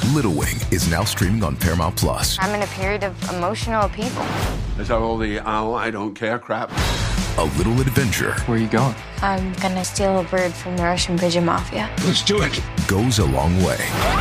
Little Wing is now streaming on Paramount Plus. I'm in a period of emotional upheaval. Is that all the I don't care crap? A little adventure Where are you going? I'm gonna steal a bird from the Russian pigeon mafia. Let's do it. goes a long way.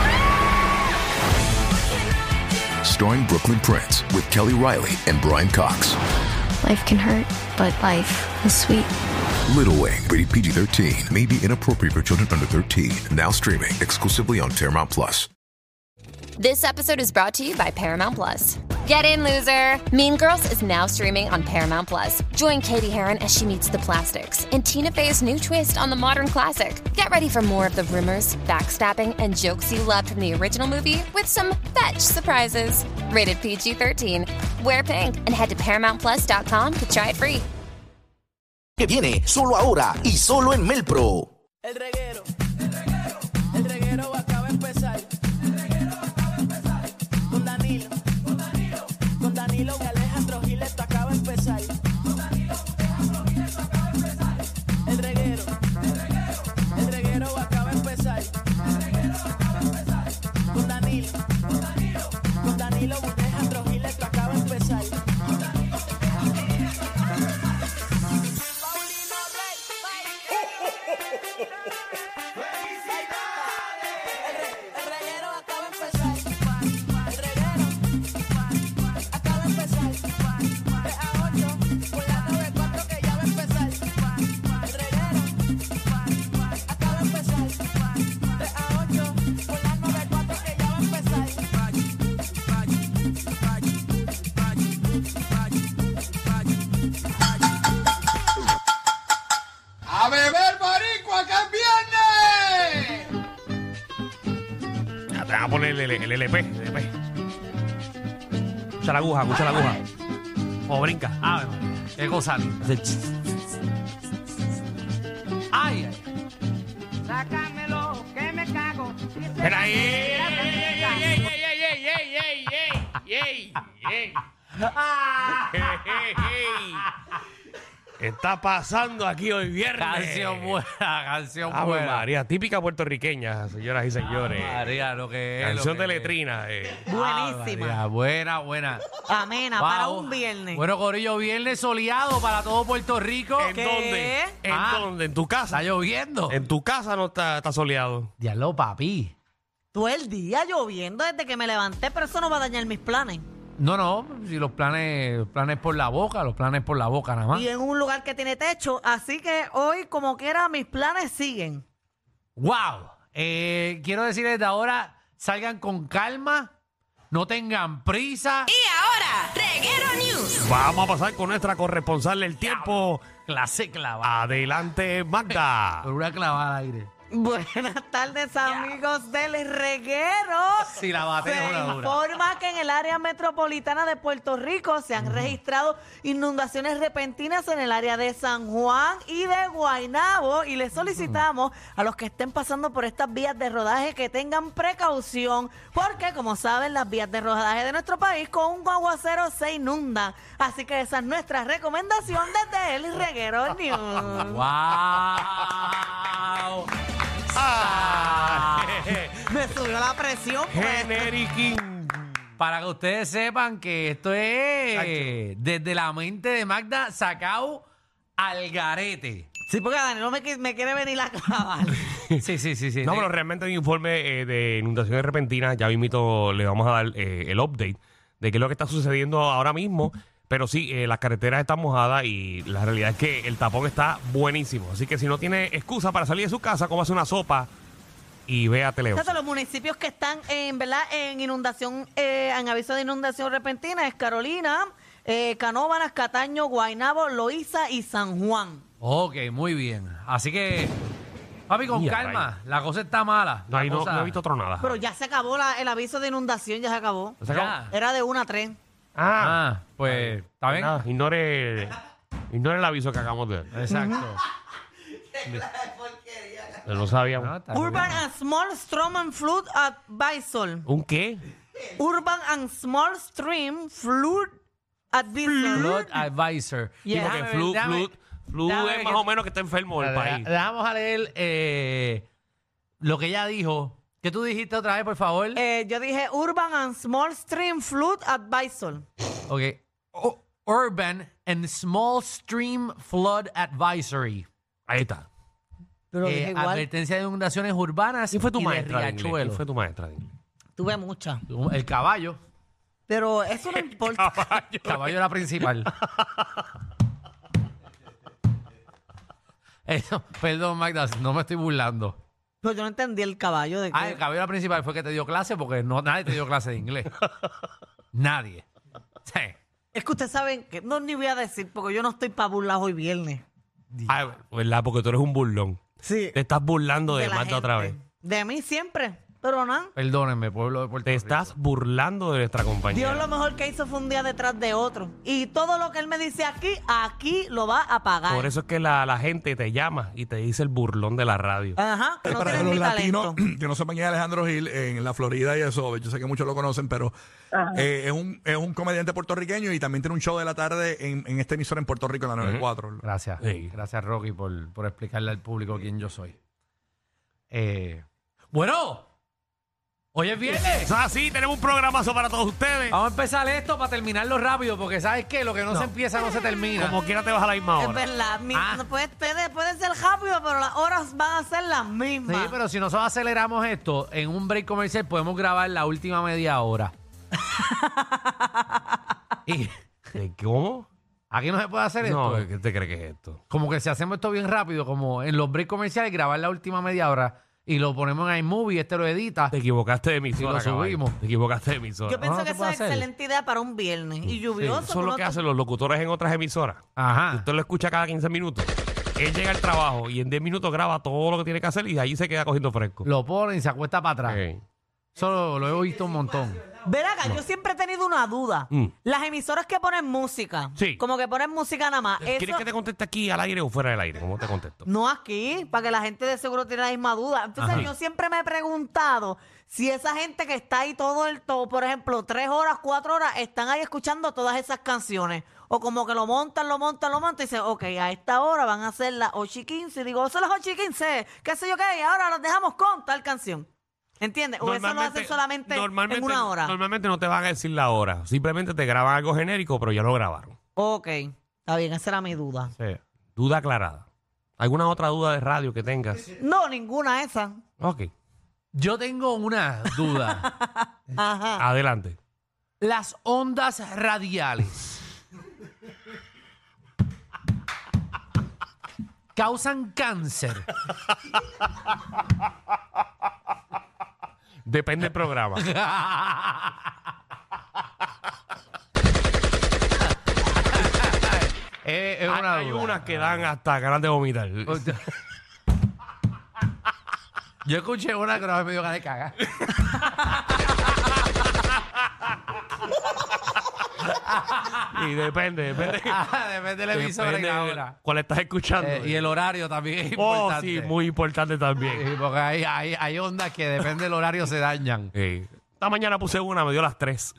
Starring Brooklyn Prince with Kelly Riley and Brian Cox. Life can hurt, but life is sweet. Little Wing, rated PG-13, may be inappropriate for children under 13. Now streaming exclusively on Paramount Plus. This episode is brought to you by Paramount Plus. Get in, loser! Mean Girls is now streaming on Paramount Plus. Join Katie Heron as she meets the plastics in Tina Fey's new twist on the modern classic. Get ready for more of the rumors, backstabbing, and jokes you loved from the original movie with some fetch surprises. Rated PG-13. Wear pink and head to ParamountPlus.com to try it free. Que viene solo ahora y solo en Melpro. El reguero acaba de empezar. Con Danilo y Alejandro Gil, esto acaba de empezar. El reguero acaba de empezar. Con Danilo y Alejandro Gil, esto acaba de empezar. ¡A beber boricua, que es viernes! Ya te van a poner el LP. Escucha la aguja. O brinca. A ver, qué cosa. Ay. Sácamelo, que me cago. Espera ahí. ¿Qué está pasando aquí hoy viernes? Canción Ave buena. María, típica puertorriqueña, señoras y señores. María, lo que es. Canción lo que de es. letrina. Buenísima. María, buena. Amena, Wow. para un viernes. Bueno, Corillo, viernes soleado para todo Puerto Rico. ¿En dónde? ¿En dónde? ¿En tu casa? Está lloviendo. En tu casa no está soleado. Diablo, papi. Todo el día lloviendo desde que me levanté, pero eso no va a dañar mis planes. No, si los planes por la boca nada más. Y en un lugar que tiene techo, así que hoy, como quiera, mis planes siguen. ¡Wow! Quiero decir desde ahora, salgan con calma, no tengan prisa. ahora, Reguero News. Vamos a pasar con nuestra corresponsal del tiempo. Clase clavada. Adelante, Magda. Por una clavada al aire. Buenas tardes, amigos del reguero. Si la bate Se es una dura. informa que en el área metropolitana de Puerto Rico se han registrado inundaciones repentinas en el área de San Juan y de Guaynabo, y les solicitamos a los que estén pasando por estas vías de rodaje que tengan precaución, porque como saben, las vías de rodaje de nuestro país con un aguacero se inundan. Así que esa es nuestra recomendación desde el Reguero News. ¡Wow! Me subió la presión, pues. Generiquín. Para que ustedes sepan que esto es desde la mente de Magda sacado al garete. Sí, porque Danilo me quiere venir a clavar. Sí. No, pero realmente hay un informe de inundaciones repentinas. Ya mismito le vamos a dar el update de qué es lo que está sucediendo ahora mismo. Pero sí, las carreteras están mojadas y la realidad es que el tapón está buenísimo. Así que si no tiene excusa para salir de su casa, cómase una sopa y vea televisión. Los municipios que están en inundación, en aviso de inundación repentina es Carolina, Canóvanas, Cataño, Guaynabo, Loíza y San Juan. Ok, muy bien. Así que, papi, con Ya, calma. La cosa está mala. No, ahí La no cosa- he visto tronada. Pero ya se acabó el aviso de inundación, ya se acabó. ¿Se acabó? Ya. Era de 1 a 3. Pues, ¿está bien? Nada, ignore el aviso que acabamos de ver. Exacto. No sabíamos. No, está Urban bien. and Small Storm and Flood Advisor. ¿Un qué? Urban and Small Stream Flood Advisor. Flood Advisor. Yeah. Porque Déjame flu ver, déjame es ver más o menos que está enfermo el país. Vamos a leer lo que ella dijo, ¿Qué tú dijiste otra vez, por favor? Yo dije Urban and Small Stream Flood Advisor. Ok. Urban and Small Stream Flood Advisory. Ahí está. Pero dije igual. Advertencia de inundaciones urbanas ¿Quién fue tu y de maestra de inglés? riachuelos. ¿Quién fue tu maestra de inglés? Tuve muchas. El caballo. Pero eso no importa. El caballo era principal. Eso, perdón, Magda, no me estoy burlando. Pero yo no entendí el caballo de El caballo era principal fue que te dio clase porque nadie te dio clase de inglés. Nadie. Sí. Es que ustedes saben que no ni voy a decir porque yo no estoy para burlar hoy viernes. Ah, ¿verdad? Porque tú eres un burlón. Sí. Te estás burlando de la Magda otra vez. gente. De mí siempre. Pero nada. Perdónenme, pueblo de Puerto Te Rico. estás burlando de nuestra compañera. Dios lo mejor que hizo fue un día detrás de otro. Y todo lo que él me dice aquí lo va a pagar. Por eso es que la gente te llama y te dice el burlón de la radio. Ajá, que no Para tienen los mi latinos talento. que no sepan quién es Alejandro Gil en la Florida y eso, yo sé que muchos lo conocen, pero es un comediante puertorriqueño y también tiene un show de la tarde en esta emisora en Puerto Rico, en la 94. Gracias. Sí. Gracias, Rocky, por explicarle al público quién yo soy. Bueno, hoy es viernes. Sí, tenemos un programazo para todos ustedes. Vamos a empezar esto para terminarlo rápido, porque ¿sabes qué? Lo que no se empieza no se termina. Como quiera te vas a la misma Es hora. verdad. No puede ser rápido, pero las horas van a ser las Sí, mismas. pero si nosotros aceleramos esto, en un break comercial podemos grabar la última media hora. Y ¿Cómo? aquí no se puede hacer esto. No, ¿qué te crees que es esto? Como que si hacemos esto bien rápido, como en los breaks comerciales, grabar la última media hora y lo ponemos en iMovie, este lo edita. Te equivocaste de emisora. Sí, lo caballo. subimos. Te equivocaste de emisora. Yo pienso no que se eso puede es hacer. excelente idea para un viernes. Y lluvioso. Eso es lo que hacen los locutores en otras emisoras. Ajá. Usted lo escucha cada 15 minutos. Él llega al trabajo y en 10 minutos graba todo lo que tiene que hacer y de ahí se queda cogiendo fresco. Lo ponen y se acuesta para atrás. Ok. Eso lo he visto un montón. Ver acá, yo siempre he tenido una duda. Mm. Las emisoras que ponen música. Sí. Como que ponen música nada más. ¿Quieres Eso que te conteste aquí al aire o fuera del aire? ¿Cómo te contesto? no aquí, para que la gente de seguro tiene la misma duda. Entonces Ajá. yo siempre me he preguntado si esa gente que está ahí todo, por ejemplo, 3 horas, 4 horas, están ahí escuchando todas esas canciones. O como que lo montan y dicen, ok, a esta hora van a ser las 8:15. Y digo, son las 8:15, qué sé yo qué, y ahora las dejamos con tal canción. ¿Entiendes? O eso lo hacen solamente en una hora. Normalmente no te van a decir la hora. Simplemente te graban algo genérico, pero ya lo grabaron. Ok, está bien, esa era mi duda. Sí. Duda aclarada. ¿Alguna otra duda de radio que tengas? No, ninguna esa. Ok. Yo tengo una duda. Ajá. Adelante. Las ondas radiales causan cáncer. Depende del programa. Es una Hay duda. unas que dan hasta ganas de vomitar. Yo escuché una que una vez me dio ganas de cagar. Y depende. Depende de la emisora y Depende la de hora. cuál estás escuchando. Y el horario también es Oh, importante. sí, muy importante también. Sí, porque hay ondas que depende del horario se dañan. Sí. Esta mañana puse una, me dio las 3.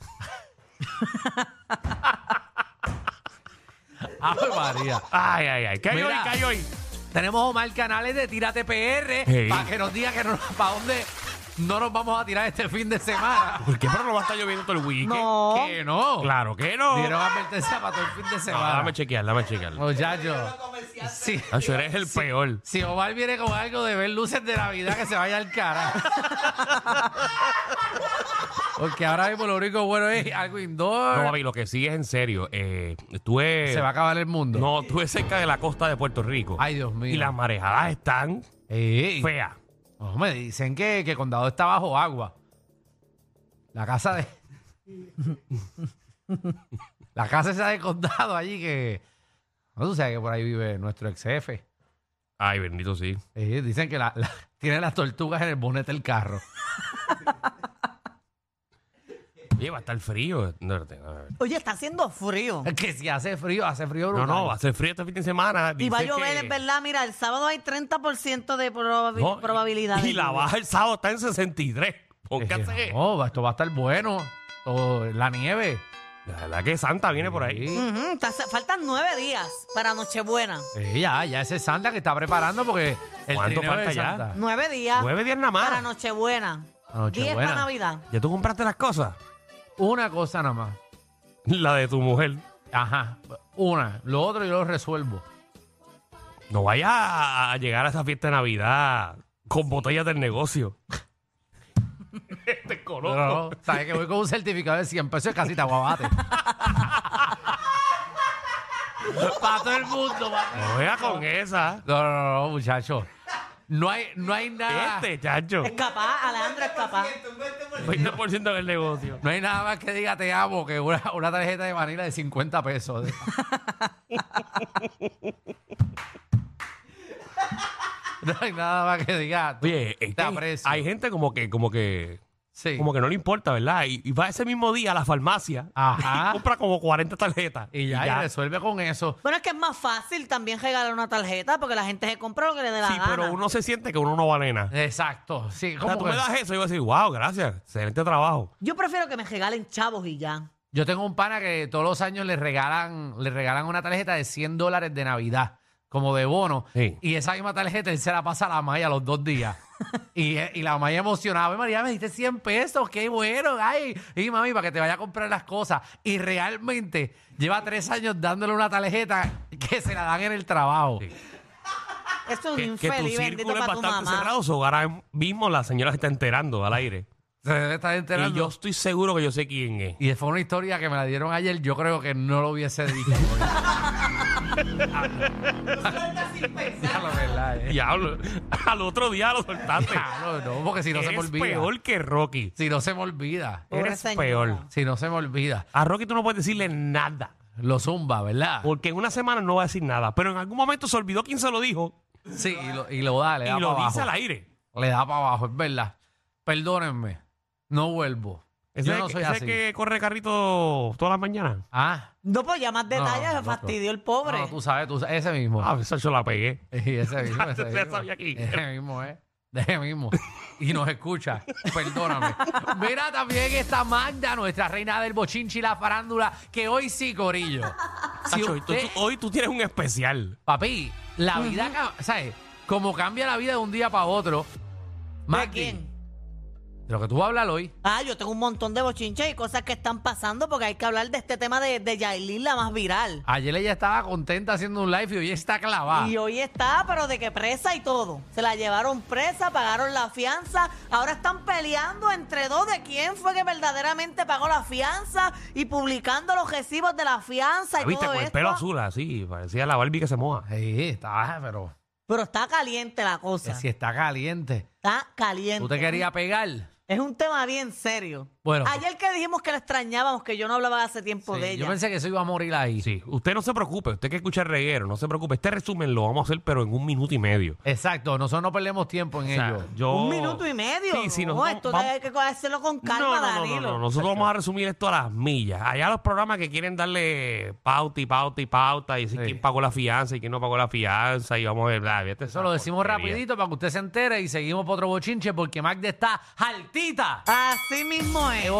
¡Ave María! Ay. ¿Qué hay hoy? Mira. ¿Qué hay hoy? Tenemos Omar Canales de Tírate PR Sí. para que nos diga para dónde no nos vamos a tirar este fin de semana. ¿Por qué? Pero no va a estar lloviendo todo el weekend. No. Que no. Claro que no. Dieron advertencia para todo el fin de No, semana. dame chequear. Muchachos. Sí. Nacho, eres el peor. Si Omar viene con algo de ver luces de Navidad, que se vaya al cara. Porque ahora mismo lo único bueno es algo indoor. No, papi, lo que sí es en serio. Estuve... Se va a acabar el mundo. No, estuve cerca de la costa de Puerto Rico. Ay, Dios mío. Y las marejadas están feas. No, me dicen que Condado está bajo agua. La casa de... la casa esa de Condado allí que... No, tú sabes que por ahí vive nuestro ex jefe. Ay, bendito sí. Dicen que tiene las tortugas en el bonete del carro. Oye, va a estar frío. No, a ver. Oye, está haciendo frío. Es que si hace frío No, brutal. va a ser frío este fin de semana. Y va a Dice llover, que- es verdad. Mira, el sábado hay 30% de No, probabilidad. Y de la lluvia. baja el sábado está en 63. ¿Por qué Es que hace? no, esto va a estar bueno. La nieve. La verdad que Santa viene por ahí. Sí. Ujú, faltan 9 días para Nochebuena. Ya ese Santa que está preparando porque el ¿Cuánto trineo de falta ya? Santa. 9 días 9 días nada más. para Nochebuena. Nochebuena. 10 para Navidad. ¿Ya tú compraste las cosas? Una cosa nada más. La de tu mujer. Ajá. Una. Lo otro yo lo resuelvo. No vayas a llegar a esa fiesta de Navidad con botellas del negocio. Te conozco. No, sabes que voy con un certificado de 100 pesos de casita guabate. Para todo el mundo. No vayas con esa. No, muchacho. No hay nada. Chacho. Es capaz, Alejandro es capaz. 20% del negocio. No hay nada más que diga te amo que una tarjeta de vanilla de 50 pesos. No hay nada más que diga. Oye, te aprecio. hay gente como que Sí. como que no le importa, ¿verdad? Y va ese mismo día a la farmacia Ajá. y compra como 40 tarjetas. Y ya resuelve con eso. Bueno, es que es más fácil también regalar una tarjeta porque la gente se compra lo que le dé la Sí, gana. pero uno se siente que uno no vale nada. Exacto. Sí, O sea, como tú que- me das eso y yo voy a decir, wow, gracias, excelente trabajo. Yo prefiero que me regalen chavos y ya. Yo tengo un pana que todos los años le regalan una tarjeta de $100 de Navidad, como de bono. Sí. Y esa misma tarjeta él se la pasa a la Maya los 2 días. y la Maya emocionada. María, me diste 100 pesos, qué bueno. Ay, y mami, para que te vaya a comprar las cosas. Y realmente lleva 3 años dándole una tarjeta que se la dan en el trabajo. Sí. Esto es un Que tu infeliz, bendito círculo es para tu bastante mamá. cerrado. So, ahora mismo la señora se está enterando al aire. Se debe estar enterando. Y yo estoy seguro que yo sé quién es. Y fue una historia que me la dieron ayer. Yo creo que no lo hubiese dicho. Ya lo verdad, Diablo, al otro día lo soltaste. Diablo, no, porque si no se me Eres olvida. peor que Rocky. Si no se me olvida. Pobre Eres señora. peor. Si no se me olvida. A Rocky tú no puedes decirle nada. Lo zumba, ¿verdad? Porque en una semana no va a decir nada. Pero en algún momento se olvidó quién se lo dijo. Sí, y lo da, le da Y lo para dice al abajo. aire. Le da para abajo, es verdad. Perdónenme. No vuelvo. Ese, Yo no soy ese así. que corre carrito todas las mañanas. Ah. No, pues ya más detalles, No, se fastidió el pobre. No, tú sabes, ese mismo. Ah, eso yo la pegué. Sí, ese mismo, ese Usted mismo. sabía quién Ese mismo, ese mismo. Y nos escucha. Perdóname. Mira, también está Magda, nuestra reina del bochinchi y la farándula, que hoy sí, corillo. Si Tacho, usted- hoy tú tienes un especial. Papi, la vida, ¿sabes? Como cambia la vida de un día para otro. ¿De Magdi, quién? de lo que tú vas a hablar hoy. Ah, yo tengo un montón de bochinches y cosas que están pasando porque hay que hablar de este tema de Yailin, la más viral. Ayer ella estaba contenta haciendo un live y hoy está clavada. Y hoy está, pero de que presa y todo. Se la llevaron presa, pagaron la fianza. Ahora están peleando entre dos de quién fue que verdaderamente pagó la fianza y publicando los recibos de la fianza y ¿Viste? todo Con el esto. pelo azul así. Parecía la Barbie que se moja. Sí, está, pero Pero está caliente la que cosa. si está caliente. Está caliente. ¿Tú te querías pegar? Es un tema bien serio. Bueno. Ayer que dijimos que la extrañábamos, que yo no hablaba hace tiempo Sí, de ella. yo pensé que eso iba a morir ahí. Sí, usted no se preocupe, usted que escucha el reguero, no se preocupe. Este resumen lo vamos a hacer, pero en 1 minuto y medio. Exacto, nosotros no perdemos tiempo en O sea, ello. yo... 1 minuto y medio. Sí, sí, no, nosotros esto vamos- hay que hacerlo con calma, Danilo. No. Nosotros vamos a resumir esto a las millas. Allá los programas que quieren darle pauta y pauta y pauta y decir Sí. quién pagó la fianza y quién no pagó la fianza y vamos a ver, fíjate Eso esa lo decimos porquería. rapidito para que usted se entere y seguimos por otro bochinche porque Magda está altita. Así mismo es.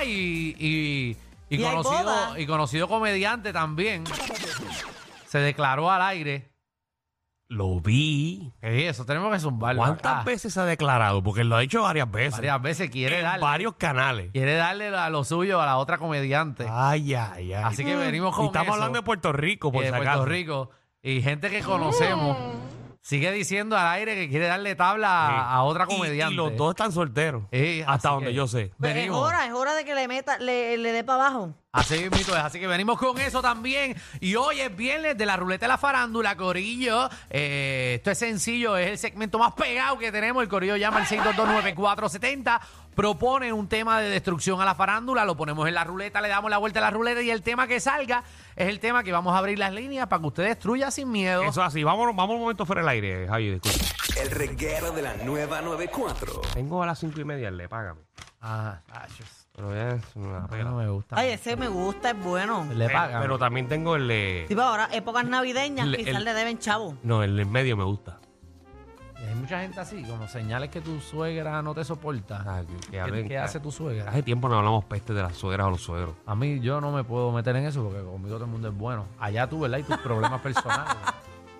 Y Y hay boda. conocido comediante también. Se declaró al aire. Lo vi. Eso, tenemos que zumbarlo. ¿Cuántas acá. veces se ha declarado? Porque lo ha dicho varias veces. Varias veces quiere en darle. varios canales. Quiere darle lo suyo a la otra comediante. Ay. Así que venimos con Y estamos eso. hablando de Puerto Rico, por Y de si Puerto acaso. Rico. Y gente que conocemos sigue diciendo al aire que quiere darle tabla Sí. a otra Y- comediante. Y los dos están solteros. Sí, así hasta donde que- yo sé. Pues Venimos. es hora de que le meta, le dé para abajo. Así mismito es, así que venimos con eso también. Y hoy es viernes de la ruleta de la farándula, corillo. Esto es sencillo, es el segmento más pegado que tenemos. El corillo llama al 6229470. Propone un tema de destrucción a la farándula, lo ponemos en la ruleta, le damos la vuelta a la ruleta y el tema que salga es el tema que vamos a abrir las líneas para que usted destruya sin miedo. Eso así. Vamos un momento fuera del aire, Javi. Disculpa. El reguero de la nueva 94. Tengo a las 5:30, le págame. Ajá, Pero ya es una no pela. me gusta. Ay, ese me gusta, es bueno. Le pagan. Pero también tengo el de... Sí, pero ahora, épocas navideñas, Le- quizás el- le deben chavo. No, el en medio me gusta. Y hay mucha gente así, como señales que tu suegra no te soporta. Ah, que hablen- ¿Qué hace tu suegra? Hace tiempo no hablamos peste de las suegras o los suegros. A mí yo no me puedo meter en eso porque conmigo todo el mundo es bueno. Allá tú, ¿verdad? Y tus problemas personales.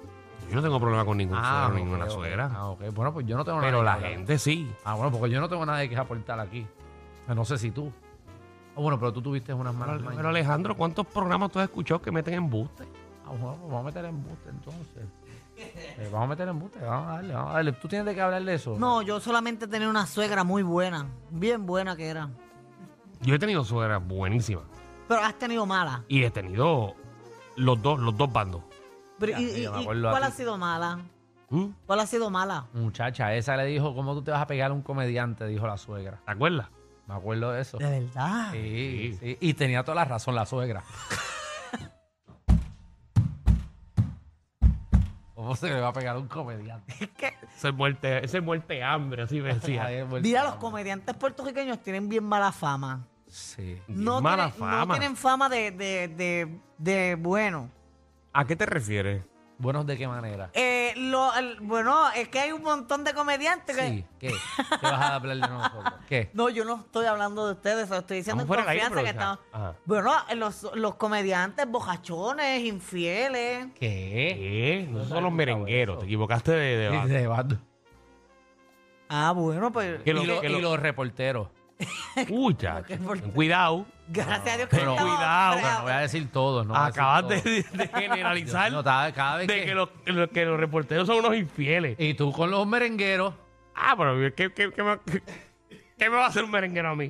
Yo no tengo problema con ningún suegro, ok, ninguna ok. suegra. Ah, ok. Bueno, pues yo no tengo nada Pero que la hablar. gente sí. Ah, bueno, porque yo no tengo nada que aportar aquí. No sé si tú. Bueno, pero tú tuviste unas malas mañas. Pero Alejandro, ¿cuántos programas tú has escuchado que meten embuste? Ah, bueno, pues vamos a meter embuste entonces. Vamos a meter embuste, vamos a darle. ¿Tú tienes de qué hablar de eso? No, yo solamente tenía una suegra muy buena, bien buena que era. Yo he tenido suegras buenísimas. Pero has tenido mala. Y he tenido los dos bandos. Pero, Ya, ¿y yo me acuerdo a cuál ti. ha sido mala? ¿Mm? ¿Cuál ha sido mala? Muchacha, esa le dijo, ¿cómo tú te vas a pegar a un comediante? Dijo la suegra. ¿Te acuerdas? Me acuerdo de eso. De verdad. Sí, sí. Y tenía toda la razón la suegra. ¿Cómo se le va a pegar a un comediante? Ese es muerte hambre, así me decía. Mira, los comediantes puertorriqueños tienen bien mala fama. Sí. No, Mala tienen, fama. no tienen fama de bueno. ¿A qué te refieres? ¿Buenos de qué manera? Bueno, es que hay un montón de comediantes que... Sí, ¿qué? ¿Qué vas a hablar de nosotros? ¿Qué? No, yo no estoy hablando de ustedes, lo estoy diciendo en Estamos fuera del confianza aire, que pero, estamos... ajá. Bueno, los comediantes bojachones, infieles. ¿Qué? No son los merengueros. Te equivocaste de bando. De bando. Ah, bueno, pues... Que lo- y, que lo- y los reporteros. Uy, chacho. Ten cuidado. Gracias a Dios que Pero estamos cuidado, fregados. No voy a decir todo, ¿no? voy a decir Acabas todo. de generalizar No, cada vez de que los reporteros son unos infieles. Y tú con los merengueros. Ah, pero ¿qué me va a hacer un merenguero a mí?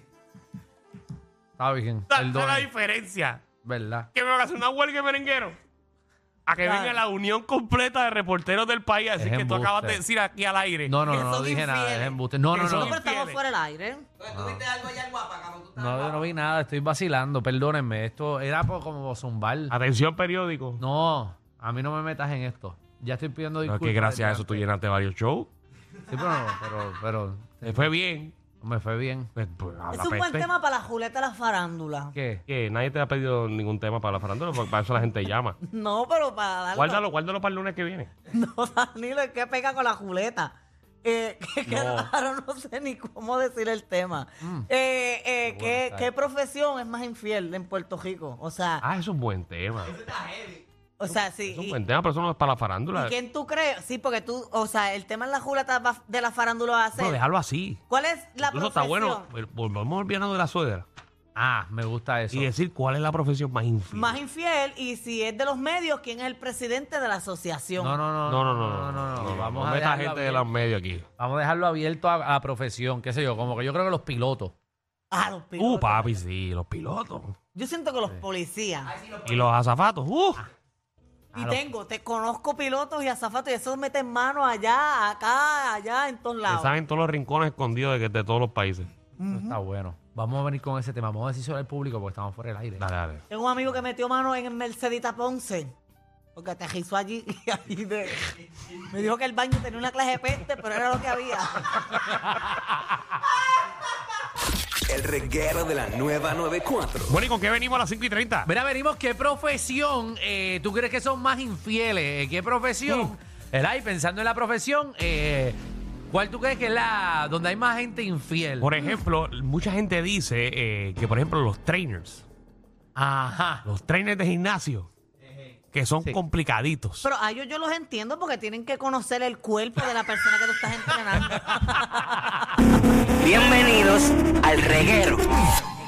Está bien. Esa es la Perdón. diferencia. ¿Verdad? ¿Qué me va a hacer una huelga de merenguero? A que Claro. venga la unión completa de reporteros del país a decir Es que tú embuste. acabas de decir aquí al aire. No, no, Que no, no son dije nada. infieles. Es embuste. No, Que no, son no. Pero estamos infieles. fuera del aire. No, yo no vi nada. Estoy vacilando. Perdónenme. Esto era como zumbar. Atención periódico. No, a mí no me metas en esto. Ya estoy pidiendo No, disculpas. es que gracias a eso tú desde llenaste varios shows. antes. Sí, pero Te fue bien. me fue bien. Pues, a Es la un buen peste. tema para la Juleta de la farándula. ¿Qué? Que nadie te ha pedido ningún tema para la farándula, porque para eso la gente llama. No, pero para darlo. Guárdalo para el lunes que viene. No, Danilo, es que pega con la Juleta. Que No. raro, no sé ni cómo decir el tema. ¿Qué profesión es más infiel en Puerto Rico? O sea, Ah, eso es un buen tema. sí. Es un buen tema, pero eso no es para la farándula. ¿Y quién tú crees? Sí, porque tú, o sea, el tema en la Juleta de la farándula va a ser. No, déjalo así. ¿Cuál es la Eso profesión? está bueno. Volvamos olvidando de la suegra. Ah, me gusta eso. Y decir cuál es la profesión más infiel. Más infiel, y si es de los medios, ¿quién es el presidente de la asociación? No. Vamos no a meta dejarlo gente de abierto. los medios aquí. Vamos a dejarlo abierto a la profesión, qué sé yo, como que yo creo que los pilotos. Ah, los pilotos. Papi, sí, los pilotos. Yo siento que los policías. Y los azafatos. Te conozco pilotos y azafatos y esos meten mano allá, acá, allá, en todos Que lados. saben todos los rincones escondidos de todos los países. Está bueno. Vamos a venir con ese tema. Vamos a decir sobre el público porque estamos fuera del aire. Dale. Tengo un amigo que metió mano en el Mercedita Ponce. Porque aterrizó allí y allí me dijo que el baño tenía una clase de peste, pero era lo que había. El reguero de la nueva 94. Bueno, ¿y con qué venimos a las 5:30? Mira, venimos, ¿qué profesión tú crees que son más infieles? ¿Qué profesión? ¿Verdad? Y pensando en la profesión, ¿cuál tú crees que es la donde hay más gente infiel? Por ejemplo, mucha gente dice que, por ejemplo, los trainers de gimnasio, que son complicaditos. Pero a ellos yo los entiendo porque tienen que conocer el cuerpo de la persona que tú estás entrenando. Bienvenidos al reguero.